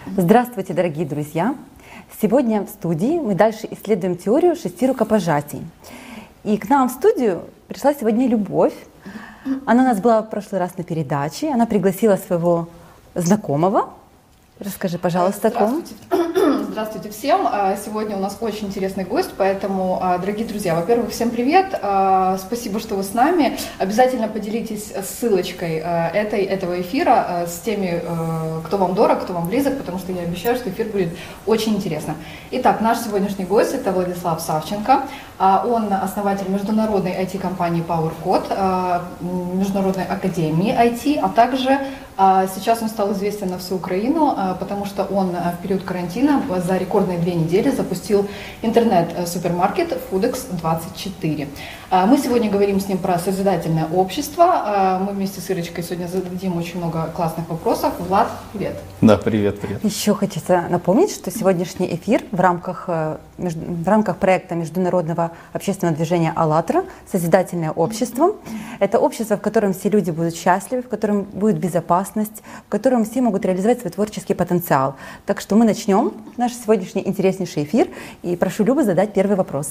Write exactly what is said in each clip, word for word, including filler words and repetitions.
Здравствуйте, дорогие друзья! Сегодня в студии мы дальше исследуем теорию шести рукопожатий. И к нам в студию пришла сегодня Любовь. Она у нас была в прошлый раз на передаче. Она пригласила своего знакомого. Расскажи, пожалуйста, о ком. Здравствуйте всем. Сегодня у нас очень интересный гость, поэтому, дорогие друзья, во-первых, всем привет. Спасибо, что вы с нами. Обязательно поделитесь ссылочкой этой, этого эфира с теми, кто вам дорог, кто вам близок, потому что я обещаю, что эфир будет очень интересно. Итак, наш сегодняшний гость – это Владислав Савченко. Он основатель международной ай ти-компании PowerCode, международной академии ай ти, а также сейчас он стал известен на всю Украину, потому что он в период карантина за рекордные две недели запустил интернет-супермаркет Фудекс двадцать четыре. Мы сегодня говорим с ним про созидательное общество. Мы вместе с Ирочкой сегодня зададим очень много классных вопросов. Влад, привет. Да, привет, привет. Еще хочется напомнить, что сегодняшний эфир в рамках, в рамках проекта международного общественного движения «АЛЛАТРА» «Созидательное общество». Это общество, в котором все люди будут счастливы, в котором будет безопасность, в котором все могут реализовать свой творческий потенциал. Так что мы начнем наш сегодняшний интереснейший эфир. И прошу Любу задать первый вопрос.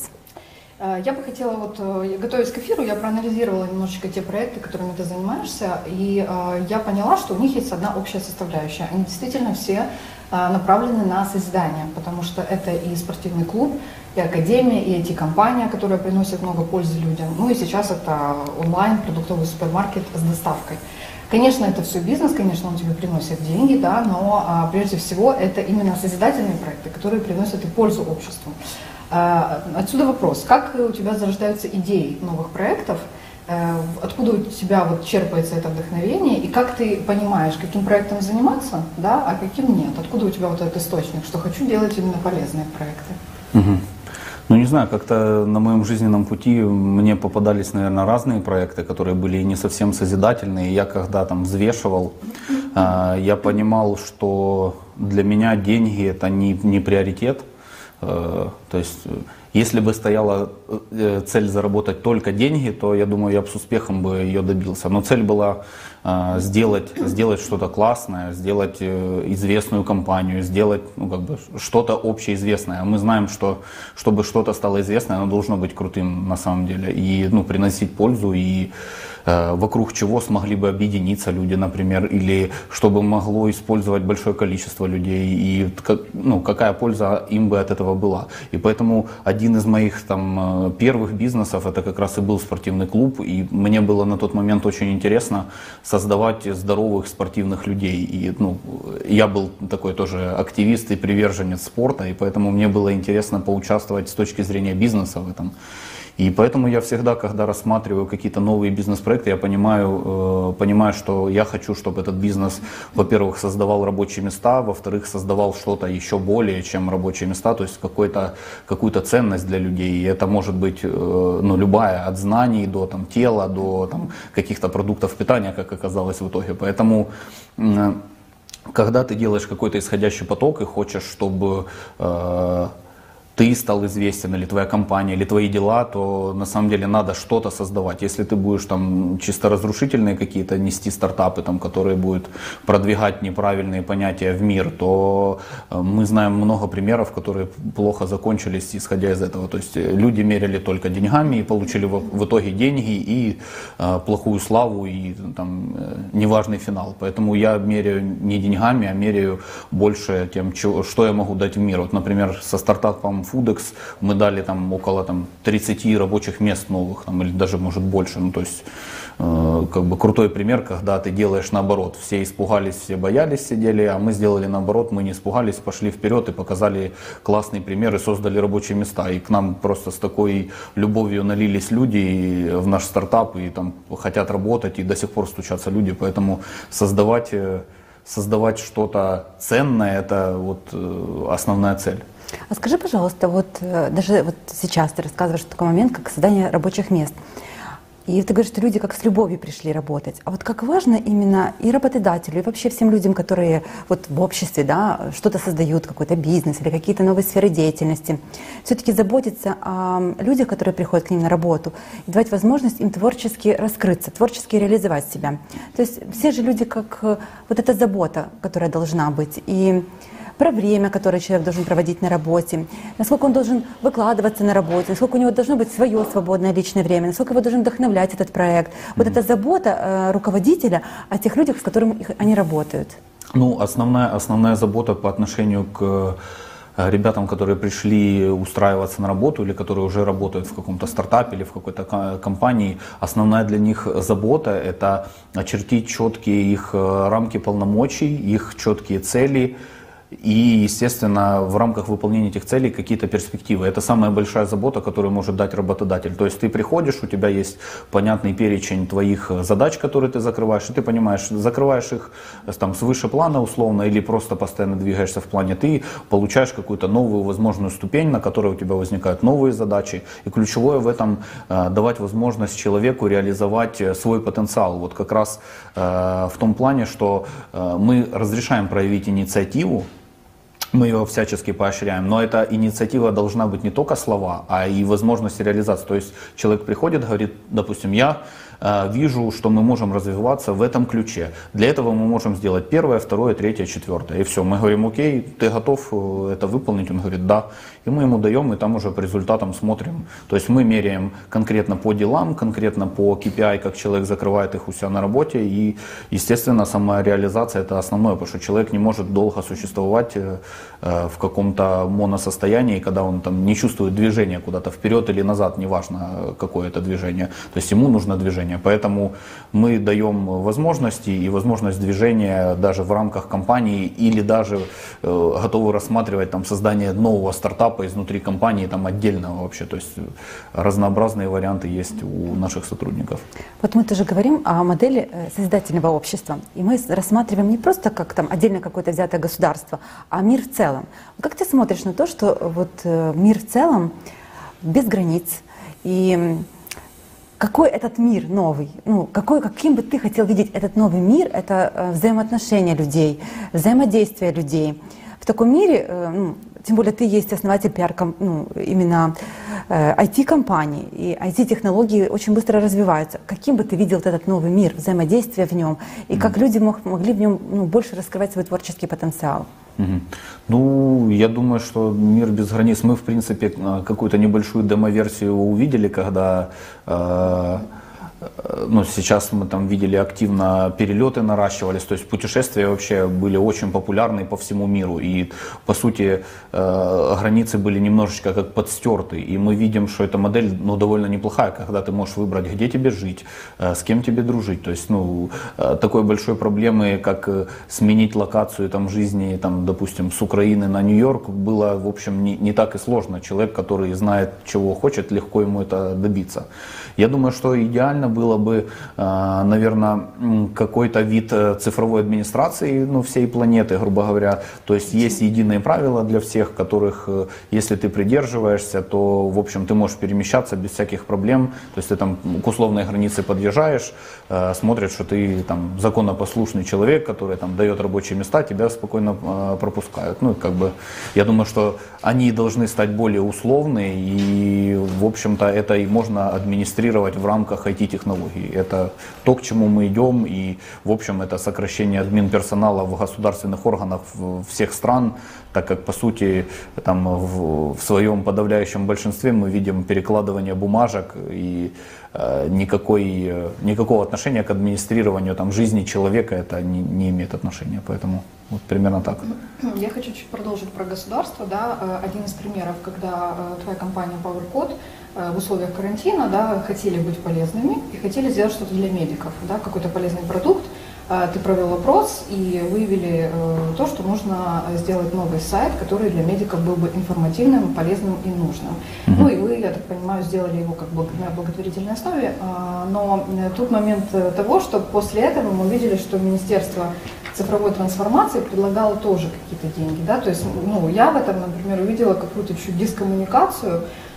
Я бы хотела, вот, готовясь к эфиру, я проанализировала немножечко те проекты, которыми ты занимаешься, и э, я поняла, что у них есть одна общая составляющая. Они действительно все э, направлены на созидание, потому что это и спортивный клуб, и академия, и ай ти-компания, которая приносит много пользы людям. Ну и сейчас это онлайн продуктовый супермаркет с доставкой. Конечно, это все бизнес, конечно, он тебе приносит деньги, да, но а, прежде всего это именно созидательные проекты, которые приносят и пользу обществу. А, отсюда вопрос, как у тебя зарождаются идеи новых проектов, а, откуда у тебя вот черпается это вдохновение, и как ты понимаешь, каким проектом заниматься, да, а каким нет, откуда у тебя вот этот источник, что хочу делать именно полезные проекты. Угу. Ну, не знаю, как-то на моем жизненном пути мне попадались, наверное, разные проекты, которые были не совсем созидательные. Я когда там взвешивал, э, я понимал, что для меня деньги – это не, не приоритет. Э, то есть, если бы стояла цель заработать только деньги, то, я думаю, я бы с успехом бы ее добился. Но цель была э, сделать, сделать что-то классное, сделать э, известную компанию, сделать ну, как бы, что-то общеизвестное. Мы знаем, что чтобы что-то стало известное, оно должно быть крутым на самом деле и ну, приносить пользу, и э, вокруг чего смогли бы объединиться люди, например, или чтобы могло использовать большое количество людей, и ну, какая польза им бы от этого была. И поэтому один Один из моих там первых бизнесов это как раз и был спортивный клуб, и мне было на тот момент очень интересно создавать здоровых спортивных людей. И ну, я был такой тоже активист и приверженец спорта, и поэтому мне было интересно поучаствовать с точки зрения бизнеса в этом. И поэтому я всегда, когда рассматриваю какие-то новые бизнес-проекты, я понимаю, э, понимаю, что я хочу, чтобы этот бизнес, во-первых, создавал рабочие места, во-вторых, создавал что-то еще более, чем рабочие места, то есть какой-то, какую-то ценность для людей. И это может быть э, ну, любая, от знаний до там, тела, до там, каких-то продуктов питания, как оказалось в итоге. Поэтому э, когда ты делаешь какой-то исходящий поток и хочешь, чтобы э, ты стал известен, или твоя компания, или твои дела, то на самом деле надо что-то создавать. Если ты будешь там чисто разрушительные какие-то нести стартапы, там, которые будут продвигать неправильные понятия в мир, то мы знаем много примеров, которые плохо закончились, исходя из этого. То есть люди мерили только деньгами и получили в, в итоге деньги и э, плохую славу и там э, неважный финал. Поэтому я меряю не деньгами, а меряю больше тем, что, что я могу дать в мир. Вот, например, со стартапом Фудекс мы дали там около там, тридцати рабочих мест новых, там, или даже может больше. Ну, то есть э, как бы крутой пример, когда ты делаешь наоборот. Все испугались, все боялись, сидели, а мы сделали наоборот, мы не испугались, пошли вперед и показали классный пример и создали рабочие места. И к нам просто с такой любовью налились люди в наш стартап и там хотят работать, и до сих пор стучатся люди. Поэтому создавать, создавать что-то ценное – это вот основная цель. А скажи, пожалуйста, вот даже вот сейчас ты рассказываешь такой момент, как создание рабочих мест. И ты говоришь, что люди как с любовью пришли работать. А вот как важно именно и работодателю, и вообще всем людям, которые вот в обществе, да, что-то создают, какой-то бизнес или какие-то новые сферы деятельности, все-таки заботиться о людях, которые приходят к ним на работу, и давать возможность им творчески раскрыться, творчески реализовать себя. То есть все же люди как вот эта забота, которая должна быть. И про время, которое человек должен проводить на работе, насколько он должен выкладываться на работе, насколько у него должно быть свое свободное личное время, насколько его должен вдохновлять этот проект. Вот эта забота э, руководителя о тех людях, с которыми их, они работают. Ну, основная, основная забота по отношению к ребятам, которые пришли устраиваться на работу или которые уже работают в каком-то стартапе или в какой-то компании, основная для них забота – это очертить четкие их рамки полномочий, их четкие цели, и, естественно, в рамках выполнения этих целей какие-то перспективы. Это самая большая забота, которую может дать работодатель. То есть ты приходишь, у тебя есть понятный перечень твоих задач, которые ты закрываешь, и ты понимаешь, закрываешь их там, свыше плана условно или просто постоянно двигаешься в плане, ты получаешь какую-то новую возможную ступень, на которой у тебя возникают новые задачи. И ключевое в этом э, давать возможность человеку реализовать свой потенциал. Вот как раз э, в том плане, что э, мы разрешаем проявить инициативу, мы ее всячески поощряем, но эта инициатива должна быть не только слова, а и возможность реализации. То есть человек приходит, говорит, допустим, я э, вижу, что мы можем развиваться в этом ключе. Для этого мы можем сделать первое, второе, третье, четвертое. И все, мы говорим, окей, ты готов это выполнить? Он говорит, да. И мы ему даем, и там уже по результатам смотрим. То есть мы меряем конкретно по делам, конкретно по кей пи ай, как человек закрывает их у себя на работе. И, естественно, сама реализация – это основное, потому что человек не может долго существовать э, в каком-то моносостоянии, когда он там не чувствует движения куда-то вперед или назад, неважно какое это движение. То есть ему нужно движение. Поэтому мы даем возможности и возможность движения даже в рамках компании или даже э, готовы рассматривать там, создание нового стартапа изнутри компании, там отдельного вообще, то есть разнообразные варианты есть у наших сотрудников. Вот мы тоже говорим о модели созидательного общества, и мы рассматриваем не просто как там отдельно какое-то взятое государство, а мир в целом. Как ты смотришь на то, что вот мир в целом без границ, и какой этот мир новый, ну, какой, каким бы ты хотел видеть этот новый мир, это взаимоотношения людей, взаимодействие людей. В таком мире, ну, тем более ты есть основатель пиар, ну, именно э, ай ти-компании, и ай ти-технологии очень быстро развиваются. Каким бы ты видел вот этот новый мир, взаимодействие в нем, и как люди мог, могли в нем ну, больше раскрывать свой творческий потенциал? Угу. Ну, я думаю, что мир без границ. Мы, в принципе, какую-то небольшую демо-версию увидели, когда... Э, Ну, сейчас мы там видели активно перелеты наращивались, то есть путешествия вообще были очень популярны по всему миру. И по сути э, границы были немножечко как подстерты. И мы видим, что эта модель ну, довольно неплохая, когда ты можешь выбрать, где тебе жить, э, с кем тебе дружить. То есть ну, э, такой большой проблемы, как э, сменить локацию там, жизни, там, допустим, с Украины на Нью-Йорк, было в общем не, не так и сложно. Человек, который знает, чего хочет, легко ему это добиться. Я думаю, что идеально было бы, наверное, какой-то вид цифровой администрации ну, всей планеты, грубо говоря. То есть есть единые правила для всех, которых, если ты придерживаешься, то, в общем, ты можешь перемещаться без всяких проблем. То есть ты там к условной границе подъезжаешь, смотрят, что ты там законопослушный человек, который там дает рабочие места, тебя спокойно пропускают. Ну, как бы, я думаю, что они должны стать более условные, и, в общем-то, это и можно администрировать в рамках ай ти-технологий. Это то, к чему мы идем, и, в общем, это сокращение админперсонала в государственных органах всех стран, так как, по сути, там, в, в своем подавляющем большинстве мы видим перекладывание бумажек и э, никакой, э, никакого отношения к администрированию там, жизни человека это не, не имеет отношения. Поэтому вот примерно так. Я хочу чуть продолжить про государство. Да. Один из примеров, когда твоя компания PowerCode в условиях карантина да, хотели быть полезными и хотели сделать что-то для медиков, да, какой-то полезный продукт. Ты провел опрос и выявили то, что нужно сделать новый сайт, который для медиков был бы информативным, полезным и нужным. Mm-hmm. Ну и вы, я так понимаю, сделали его как бы на благотворительной основе. Но тут момент того, что после этого мы увидели, что Министерство цифровой трансформации предлагало тоже какие-то деньги. Да? То есть ну, я в этом, например, увидела какую-то чуть дискоммуникацию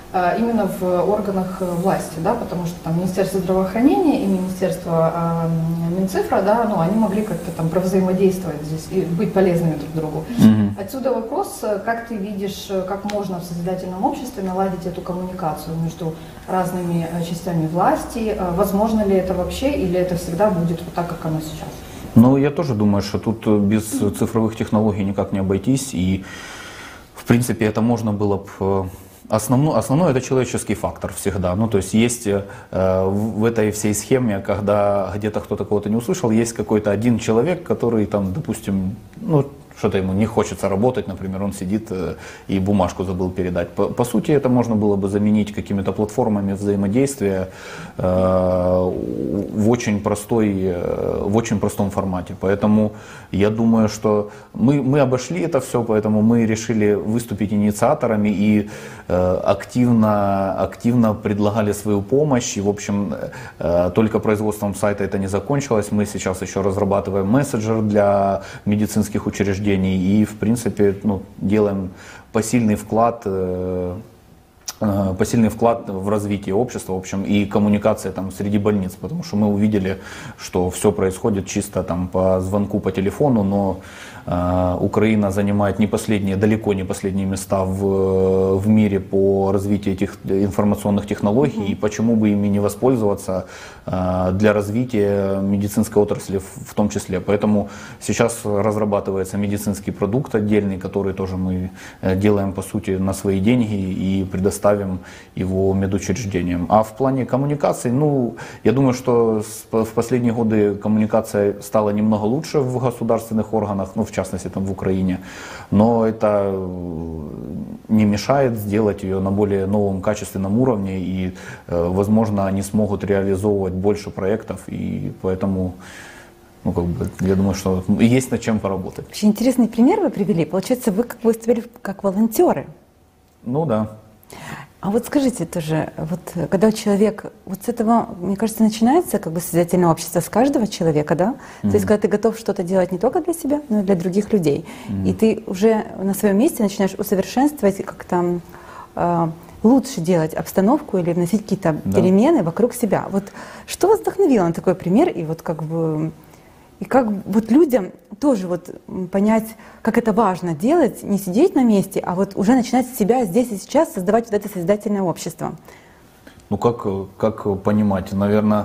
именно в органах власти, да, потому что там Министерство здравоохранения и Министерство э, Минцифра, да, ну, они могли как-то там провзаимодействовать здесь и быть полезными друг другу. Mm-hmm. Отсюда вопрос, как ты видишь, как можно в созидательном обществе наладить эту коммуникацию между разными частями власти, возможно ли это вообще, или это всегда будет вот так, как оно сейчас? Ну, я тоже думаю, что тут без цифровых технологий никак не обойтись, и в принципе это можно было бы... Основной, основной это человеческий фактор всегда. Ну, то есть есть э, в этой всей схеме, когда где-то кто-то кого-то не услышал, есть какой-то один человек, который там, допустим, ну, что-то ему не хочется работать, например, он сидит э, и бумажку забыл передать. По, по сути, это можно было бы заменить какими-то платформами взаимодействия э, в очень простой, э, в очень простом формате. Поэтому я думаю, что мы, мы обошли это все, поэтому мы решили выступить инициаторами и э, активно, активно предлагали свою помощь. И, в общем, э, только производством сайта это не закончилось. Мы сейчас еще разрабатываем мессенджер для медицинских учреждений. И, в принципе, ну, делаем посильный вклад, э, посильный вклад в развитие общества, в общем, и коммуникация там среди больниц, потому что мы увидели, что все происходит чисто там по звонку по телефону, но э, Украина занимает не последние, далеко не последние места в, в мире по развитию этих информационных технологий, mm-hmm. и почему бы ими не воспользоваться э, для развития медицинской отрасли в, в том числе. Поэтому сейчас разрабатывается медицинский продукт отдельный, который тоже мы делаем по сути на свои деньги и предоставляем его медучреждениям. А в плане коммуникаций, ну, я думаю, что в последние годы коммуникация стала немного лучше в государственных органах, ну, в частности, там в Украине, но это не мешает сделать ее на более новом качественном уровне, и, возможно, они смогут реализовывать больше проектов, и поэтому, ну, как бы, я думаю, что есть над чем поработать. Очень интересный пример вы привели. Получается, вы как выступили как волонтеры. Ну, да. А вот скажите тоже, вот когда человек, вот с этого, мне кажется, начинается как бы созидательное общество с каждого человека, да? Mm-hmm. То есть когда ты готов что-то делать не только для себя, но и для других людей, mm-hmm. и ты уже на своем месте начинаешь усовершенствовать, как-то э, лучше делать обстановку или вносить какие-то да. перемены вокруг себя. Вот что вас вдохновило на такой пример, и вот как бы... И как вот людям тоже вот понять, как это важно делать, не сидеть на месте, а вот уже начинать с себя здесь и сейчас создавать вот это созидательное общество. Ну как, как понимать? Наверное,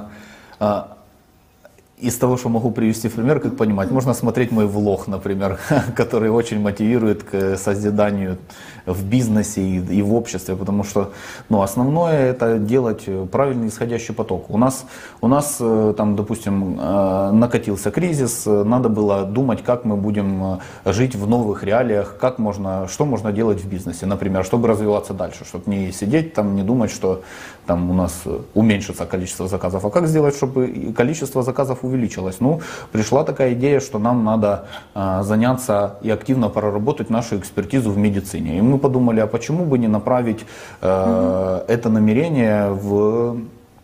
из того, что могу привести в пример, как понимать, можно смотреть мой влог, например, который очень мотивирует к созиданию в бизнесе и, и в обществе, потому что, ну, основное это делать правильный исходящий поток. У нас, у нас там, допустим, накатился кризис, надо было думать, как мы будем жить в новых реалиях, как можно, что можно делать в бизнесе, например, чтобы развиваться дальше, чтобы не сидеть там, не думать, что там у нас уменьшится количество заказов, а как сделать, чтобы количество заказов увеличилось. Ну, пришла такая идея, что нам надо а, заняться и активно проработать нашу экспертизу в медицине. И мы подумали, а почему бы не направить а, mm-hmm. это намерение в...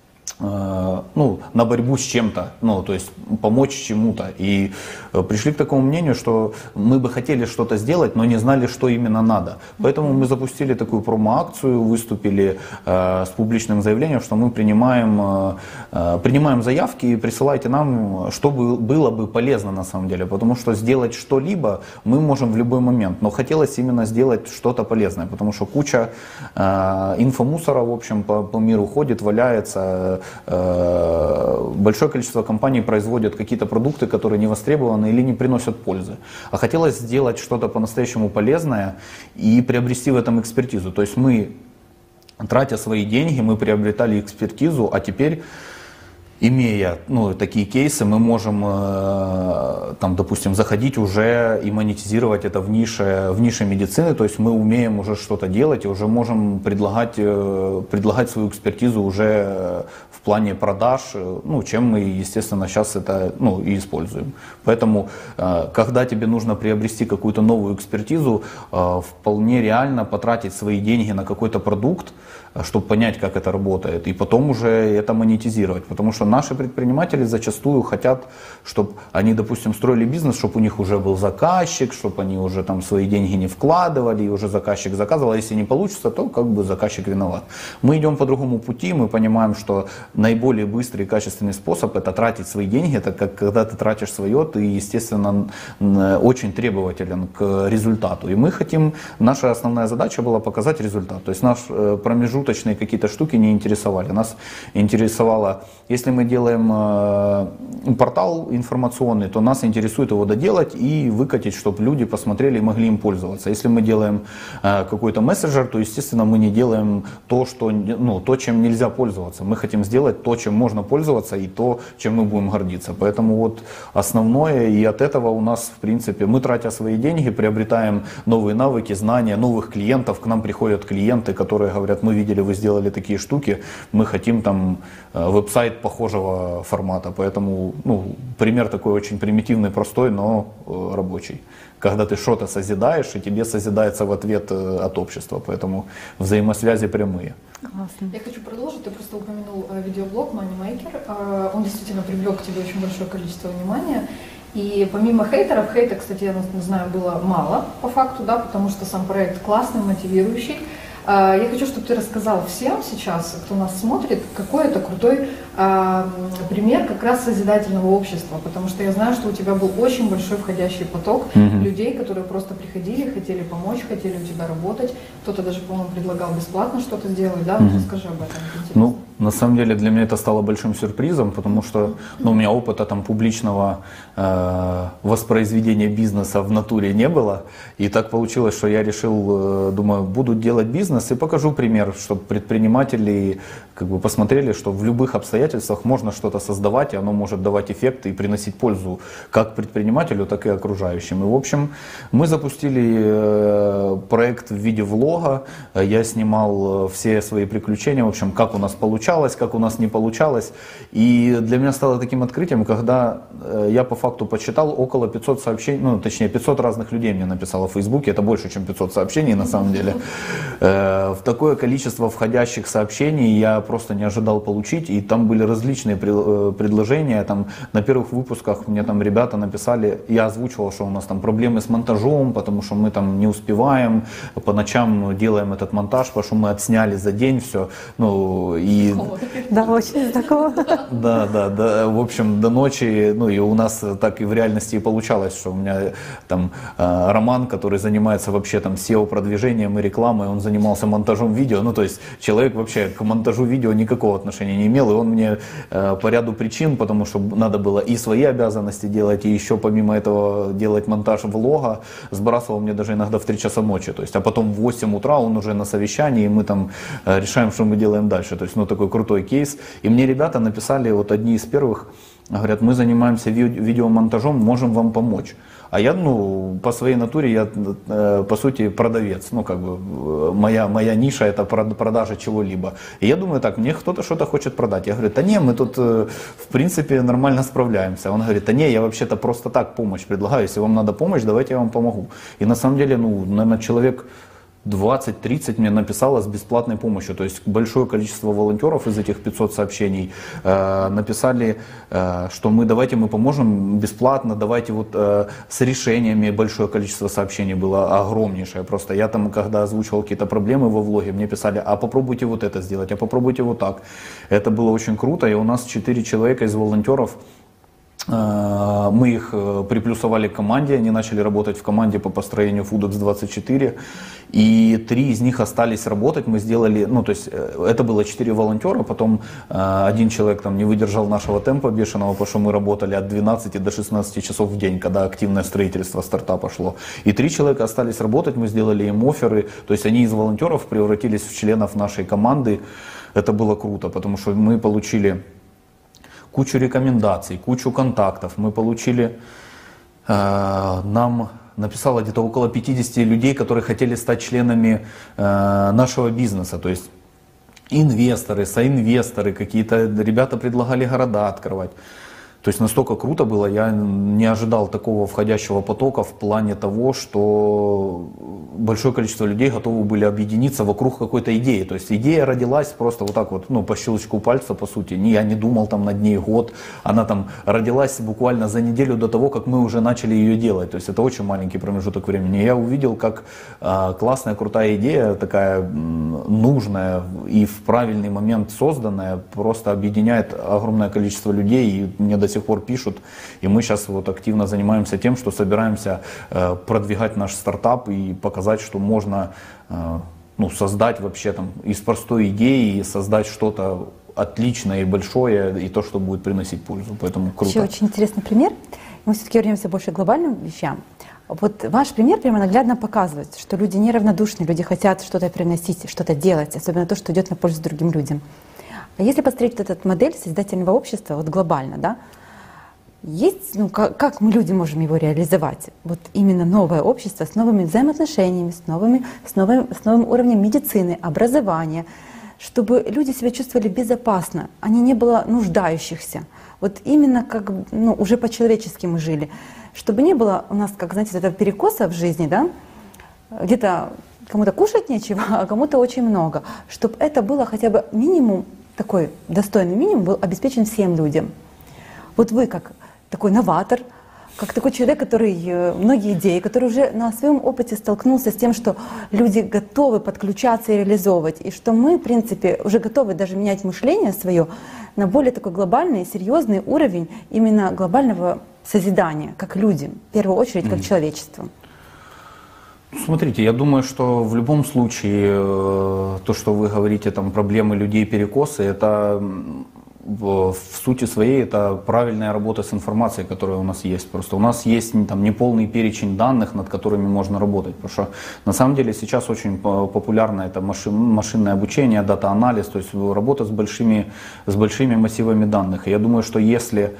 ну, на борьбу с чем-то, ну, то есть помочь чему-то. И пришли к такому мнению, что мы бы хотели что-то сделать, но не знали, что именно надо. Поэтому мы запустили такую промо-акцию, выступили э, с публичным заявлением, что мы принимаем, э, принимаем заявки и присылайте нам, что бы, было бы полезно на самом деле. Потому что сделать что-либо мы можем в любой момент. Но хотелось именно сделать что-то полезное, потому что куча э, инфомусора, в общем, по, по миру ходит, валяется. Большое количество компаний производят какие-то продукты, которые не востребованы или не приносят пользы. А хотелось сделать что-то по-настоящему полезное и приобрести в этом экспертизу. То есть мы, тратя свои деньги, мы приобретали экспертизу, а теперь, имея, ну, такие кейсы, мы можем, э, там, допустим, заходить уже и монетизировать это в нише, в нише медицины, то есть мы умеем уже что-то делать и уже можем предлагать, э, предлагать свою экспертизу уже в плане продаж, ну, чем мы, естественно, сейчас это, ну, и используем. Поэтому, э, когда тебе нужно приобрести какую-то новую экспертизу, э, вполне реально потратить свои деньги на какой-то продукт, чтобы понять, как это работает, и потом уже это монетизировать, потому что наши предприниматели зачастую хотят, чтобы они, допустим, строили бизнес, чтобы у них уже был заказчик, чтобы они уже там свои деньги не вкладывали, и уже заказчик заказывал, а если не получится, то как бы заказчик виноват. Мы идем по другому пути, мы понимаем, что наиболее быстрый и качественный способ это тратить свои деньги, это как когда ты тратишь свое, ты, естественно, очень требователен к результату. И мы хотим, наша основная задача была показать результат. То есть нас промежуточные какие-то штуки не интересовали. Нас интересовало, если мы делаем портал информационный, то нас интересует его доделать и выкатить, чтобы люди посмотрели и могли им пользоваться. Если мы делаем какой-то мессенджер, то, естественно, мы не делаем то, что, ну, то, чем нельзя пользоваться. Мы хотим сделать то, чем можно пользоваться, и то, чем мы будем гордиться. Поэтому вот основное, и от этого у нас, в принципе, мы, тратя свои деньги, приобретаем новые навыки, знания, новых клиентов. К нам приходят клиенты, которые говорят: мы видели, вы сделали такие штуки, мы хотим там веб-сайт похожего формата. Поэтому, ну, пример такой очень примитивный, простой, но рабочий. Когда ты что-то созидаешь, и тебе созидается в ответ от общества. Поэтому взаимосвязи прямые. Классно. Я хочу продолжить. Ты просто упомянул видеоблог Moneymaker. Он действительно привлек к тебе очень большое количество внимания. И помимо хейтеров, хейта, кстати, я знаю, было мало по факту, да, потому что сам проект классный, мотивирующий. Я хочу, чтобы ты рассказал всем сейчас, кто нас смотрит, какой это крутой э, пример как раз созидательного общества, потому что я знаю, что у тебя был очень большой входящий поток mm-hmm. людей, которые просто приходили, хотели помочь, хотели у тебя работать, кто-то даже, по-моему, предлагал бесплатно что-то сделать, да? Mm-hmm. Расскажи об этом. Ну, на самом деле для меня это стало большим сюрпризом, потому что ну, у меня опыта там публичного э, воспроизведения бизнеса в натуре не было, и так получилось, что я решил, э, думаю, буду делать бизнес и покажу пример, чтобы предприниматели как бы посмотрели, что в любых обстоятельствах можно что-то создавать, и оно может давать эффект и приносить пользу как предпринимателю, так и окружающим. И в общем мы запустили проект в виде влога, я снимал все свои приключения, в общем, как у нас получалось, как у нас не получалось. И для меня стало таким открытием, когда я по факту почитал около пятисот сообщений, ну точнее пятьсот разных людей мне написало в Фейсбуке, это больше, чем пятьсот сообщений на самом деле. В такое количество входящих сообщений я просто не ожидал получить, и там были различные предложения. Там, на первых выпусках мне там ребята написали, я озвучивал, что у нас там проблемы с монтажом, потому что мы там не успеваем, по ночам делаем этот монтаж, потому что мы отсняли за день все. Ну, и... Да, очень такого. Да, да, да, в общем, до ночи, ну и у нас так и в реальности и получалось, что у меня там Роман, который занимается вообще там сео-продвижением и рекламой, он занимался монтажом видео, ну то есть человек вообще к монтажу видео никакого отношения не имел, и он мне э, по ряду причин, потому что надо было и свои обязанности делать, и еще помимо этого делать монтаж влога, сбрасывал мне даже иногда в три часа ночи, то есть, а потом в восемь утра он уже на совещании, и мы там э, решаем, что мы делаем дальше, то есть, ну такой крутой кейс. И мне ребята написали, вот одни из первых, говорят, мы занимаемся ви- видеомонтажом, можем вам помочь. А я, ну, по своей натуре, я, э, по сути, продавец. Ну, как бы, моя, моя ниша – это продажа чего-либо. И я думаю, так, мне кто-то что-то хочет продать. Я говорю, да не, мы тут, э, в принципе, нормально справляемся. Он говорит, да не, я вообще-то просто так помощь предлагаю. Если вам надо помощь, давайте я вам помогу. И на самом деле, ну, наверное, человек двадцать-тридцать мне написало с бесплатной помощью. То есть большое количество волонтеров из этих пятисот сообщений э, написали, э, что мы давайте мы поможем бесплатно, давайте вот э, с решениями. Большое количество сообщений было огромнейшее. Просто я там, когда озвучивал какие-то проблемы во влоге, мне писали, а попробуйте вот это сделать, а попробуйте вот так. Это было очень круто, и у нас четыре человека из волонтеров. Мы их приплюсовали к команде, они начали работать в команде по построению Фудекс двадцать четыре, и три из них остались работать, мы сделали, ну то есть это было четыре волонтера, потом один человек там не выдержал нашего темпа бешеного, потому что мы работали от двенадцати до шестнадцати часов в день, когда активное строительство стартапа шло, и три человека остались работать, мы сделали им офферы, то есть они из волонтеров превратились в членов нашей команды, это было круто, потому что мы получили кучу рекомендаций, кучу контактов. Мы получили, э, нам написало где-то около пятидесяти людей, которые хотели стать членами э, нашего бизнеса. То есть инвесторы, соинвесторы, какие-то ребята предлагали города открывать. То есть настолько круто было, я не ожидал такого входящего потока в плане того, что большое количество людей готовы были объединиться вокруг какой-то идеи. То есть идея родилась просто вот так вот, ну, по щелчку пальца, по сути. Я не думал там над ней год, она там родилась буквально за неделю до того, как мы уже начали ее делать. То есть это очень маленький промежуток времени. Я увидел, как э, классная, крутая идея, такая нужная и в правильный момент созданная, просто объединяет огромное количество людей, и мне до сих пор пишут, и мы сейчас вот активно занимаемся тем, что собираемся э, продвигать наш стартап и показать, что можно э, ну, создать вообще там из простой идеи, создать что-то отличное и большое, и то, что будет приносить пользу, поэтому круто. Еще очень интересный пример, мы все-таки вернемся больше к глобальным вещам. Вот ваш пример прямо наглядно показывает, что люди неравнодушны, люди хотят что-то приносить, что-то делать, особенно то, что идет на пользу другим людям. А если посмотреть вот эту модель созидательного общества, вот глобально, да, есть, ну, как, как мы, люди, можем его реализовать? Вот именно новое общество с новыми взаимоотношениями, с, новыми, с, новым, с новым уровнем медицины, образования, чтобы люди себя чувствовали безопасно, а не было нуждающихся. Вот именно как, ну, уже по-человечески мы жили. Чтобы не было у нас, как, знаете, этого перекоса в жизни, да, где-то кому-то кушать нечего, а кому-то очень много. Чтобы это было хотя бы минимум, такой достойный минимум был обеспечен всем людям. Вот вы как такой новатор, как такой человек, который многие идеи, который уже на своем опыте столкнулся с тем, что люди готовы подключаться и реализовывать, и что мы, в принципе, уже готовы даже менять мышление свое на более такой глобальный, серьезный уровень именно глобального созидания, как люди, в первую очередь, как mm. человечество. Смотрите, я думаю, что в любом случае то, что вы говорите, там проблемы людей, перекосы, это в сути своей это правильная работа с информацией, которая у нас есть. Просто у нас есть там неполный перечень данных, над которыми можно работать. Потому что на самом деле сейчас очень популярно это машин, машинное обучение, дата-анализ, то есть работа с большими, с большими массивами данных. И я думаю, что если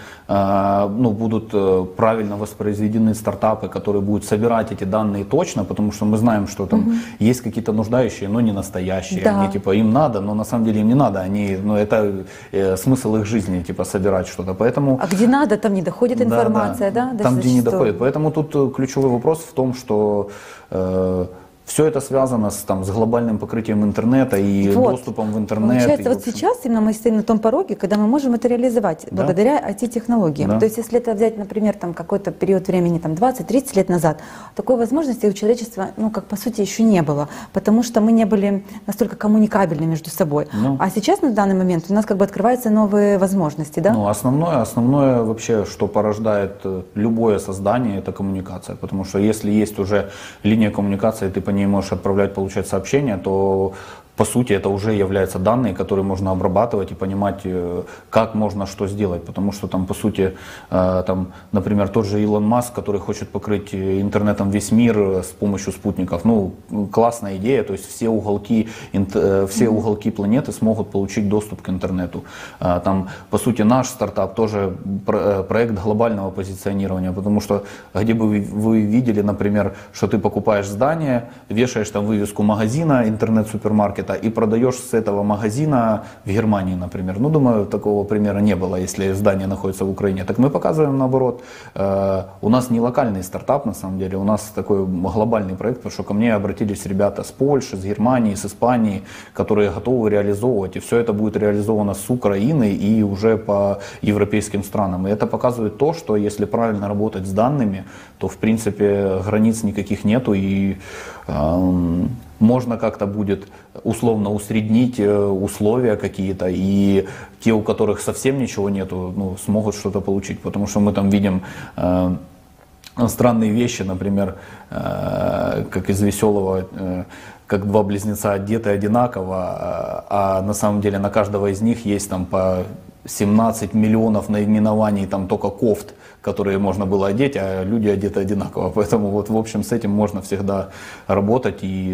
э, ну, будут правильно воспроизведены стартапы, которые будут собирать эти данные точно, потому что мы знаем, что там угу. есть какие-то нуждающие, но не настоящие. Да. Они типа им надо, но на самом деле им не надо. Они, ну, это э, смысл их жизни, типа, собирать что-то. Поэтому, а где надо, там не доходит информация, да? да? да там, где не доходит. Поэтому тут ключевой вопрос в том, что э, все это связано с, там, с глобальным покрытием интернета и вот. доступом в интернет. Получается, и, вот в общем... сейчас именно мы стоим на том пороге, когда мы можем это реализовать да? благодаря ай ти-технологиям. Да. То есть, если это взять, например, там, какой-то период времени, там, двадцать-тридцать лет назад, такой возможности у человечества, ну, как по сути, еще не было, потому что мы не были настолько коммуникабельны между собой. Ну, а сейчас, на данный момент, у нас как бы открываются новые возможности, да? Ну, основное, основное вообще, что порождает любое создание, это коммуникация. Потому что если есть уже линия коммуникации, ты по ней можешь отправлять, получать сообщения, то по сути это уже являются данные, которые можно обрабатывать и понимать, как можно что сделать. Потому что там по сути, там, например, тот же Илон Маск, который хочет покрыть интернетом весь мир с помощью спутников. Ну, классная идея, то есть все уголки, все уголки планеты смогут получить доступ к интернету. Там, по сути, наш стартап тоже проект глобального позиционирования, потому что где бы вы видели, например, что ты покупаешь здание, вешаешь там вывеску магазина, интернет-супермаркета, и продаешь с этого магазина в Германии, например. Ну, думаю, такого примера не было, если здание находится в Украине. Так мы показываем наоборот. Э, у нас не локальный стартап, на самом деле, у нас такой глобальный проект, потому что ко мне обратились ребята с Польши, с Германии, с Испании, которые готовы реализовывать. И все это будет реализовано с Украины и уже по европейским странам. И это показывает то, что если правильно работать с данными, то, в принципе, границ никаких нету. И э, можно как-то будет условно усреднить условия какие-то, и те, у которых совсем ничего нету, ну, смогут что-то получить. Потому что мы там видим э, странные вещи, например, э, как из веселого, э, как два близнеца одеты одинаково, а, а на самом деле на каждого из них есть там по семнадцать миллионов наименований там только кофт, которые можно было одеть, а люди одеты одинаково. Поэтому вот в общем с этим можно всегда работать. И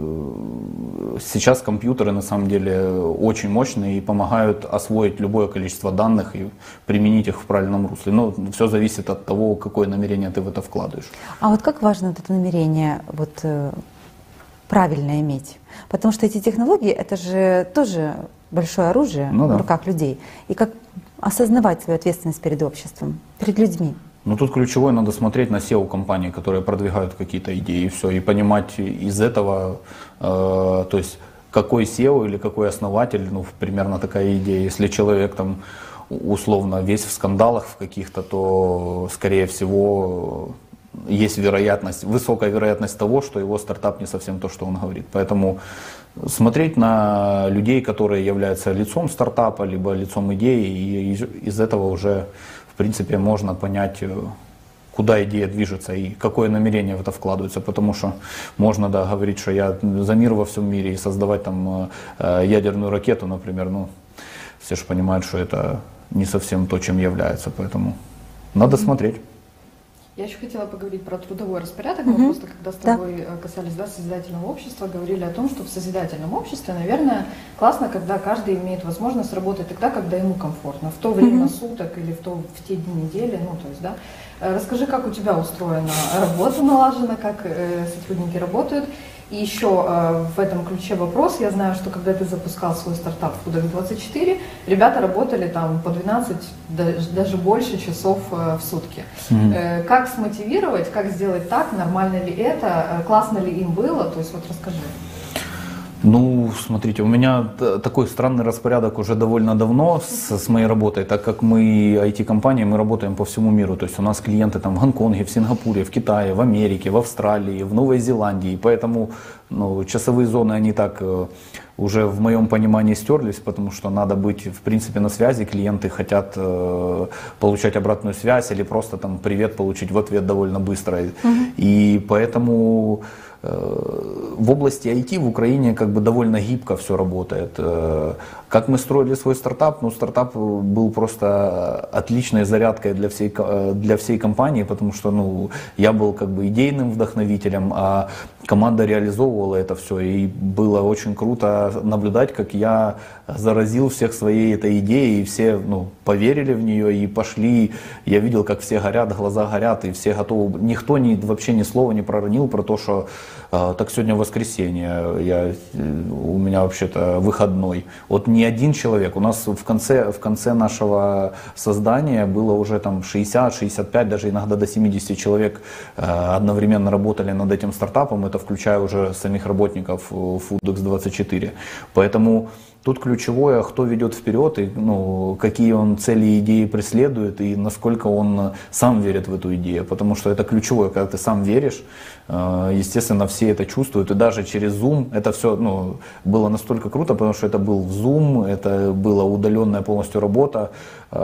сейчас компьютеры на самом деле очень мощные и помогают освоить любое количество данных и применить их в правильном русле. Но все зависит от того, какое намерение ты в это вкладываешь. А вот как важно вот это намерение вот, правильно иметь? Потому что эти технологии, это же тоже большое оружие ну, в да. руках людей. И как осознавать свою ответственность перед обществом, перед людьми? Ну тут ключевое, надо смотреть на сео компании, которые продвигают какие-то идеи, и все, и понимать из этого, э, то есть какой сео или какой основатель, ну примерно такая идея. Если человек там условно весь в скандалах в каких-то, то скорее всего есть вероятность, высокая вероятность того, что его стартап не совсем то, что он говорит. Поэтому смотреть на людей, которые являются лицом стартапа, либо лицом идеи, и из этого уже, в принципе, можно понять, куда идея движется и какое намерение в это вкладывается. Потому что можно, да, говорить, что я за мир во всем мире и создавать там ядерную ракету, например, ну, все же понимают, что это не совсем то, чем является, поэтому надо смотреть. Я еще хотела поговорить про трудовой распорядок. Мы mm-hmm. просто, когда с тобой да. касались да, созидательного общества, говорили о том, что в созидательном обществе, наверное, классно, когда каждый имеет возможность работать тогда, когда ему комфортно, в то время mm-hmm. суток или в, то, в те дни недели. Ну, то есть, да. Расскажи, как у тебя устроена работа налажена, как э, сотрудники работают. И еще э, в этом ключе вопрос. Я знаю, что когда ты запускал свой стартап Фудекс двадцать четыре, ребята работали там по двенадцать, даже больше часов э, в сутки. Mm-hmm. Э, как смотивировать, как сделать так, нормально ли это, э, классно ли им было? То есть вот расскажи. Ну, смотрите, у меня такой странный распорядок уже довольно давно с, с моей работой, так как мы ай ти-компания, мы работаем по всему миру. То есть у нас клиенты там в Гонконге, в Сингапуре, в Китае, в Америке, в Австралии, в Новой Зеландии. Поэтому ну, часовые зоны, они так уже в моем понимании стерлись, потому что надо быть в принципе на связи. Клиенты хотят э, получать обратную связь или просто там привет получить в ответ довольно быстро. Mm-hmm. И поэтому в области ай ти в Украине как бы довольно гибко все работает. Как мы строили свой стартап? Ну, стартап был просто отличной зарядкой для всей, для всей компании, потому что ну, я был как бы идейным вдохновителем, а команда реализовывала это все. И было очень круто наблюдать, как я заразил всех своей этой идеей, и все ну, поверили в нее и пошли. Я видел, как все горят, глаза горят, и все готовы. Никто ни, вообще ни слова не проронил про то, что так сегодня воскресенье, я, у меня вообще-то выходной. Вот ни один человек, у нас в конце, в конце нашего создания было уже там шестьдесят шестьдесят пять, даже иногда до семидесяти человек одновременно работали над этим стартапом, это включая уже самих работников Фудекс двадцать четыре. Поэтому тут ключевое, кто ведет вперед, и ну, какие он цели и идеи преследует, и насколько он сам верит в эту идею. Потому что это ключевое, когда ты сам веришь, естественно, все это чувствуют. И даже через Zoom это все ну, было настолько круто, потому что это был Zoom, это была удаленная полностью работа.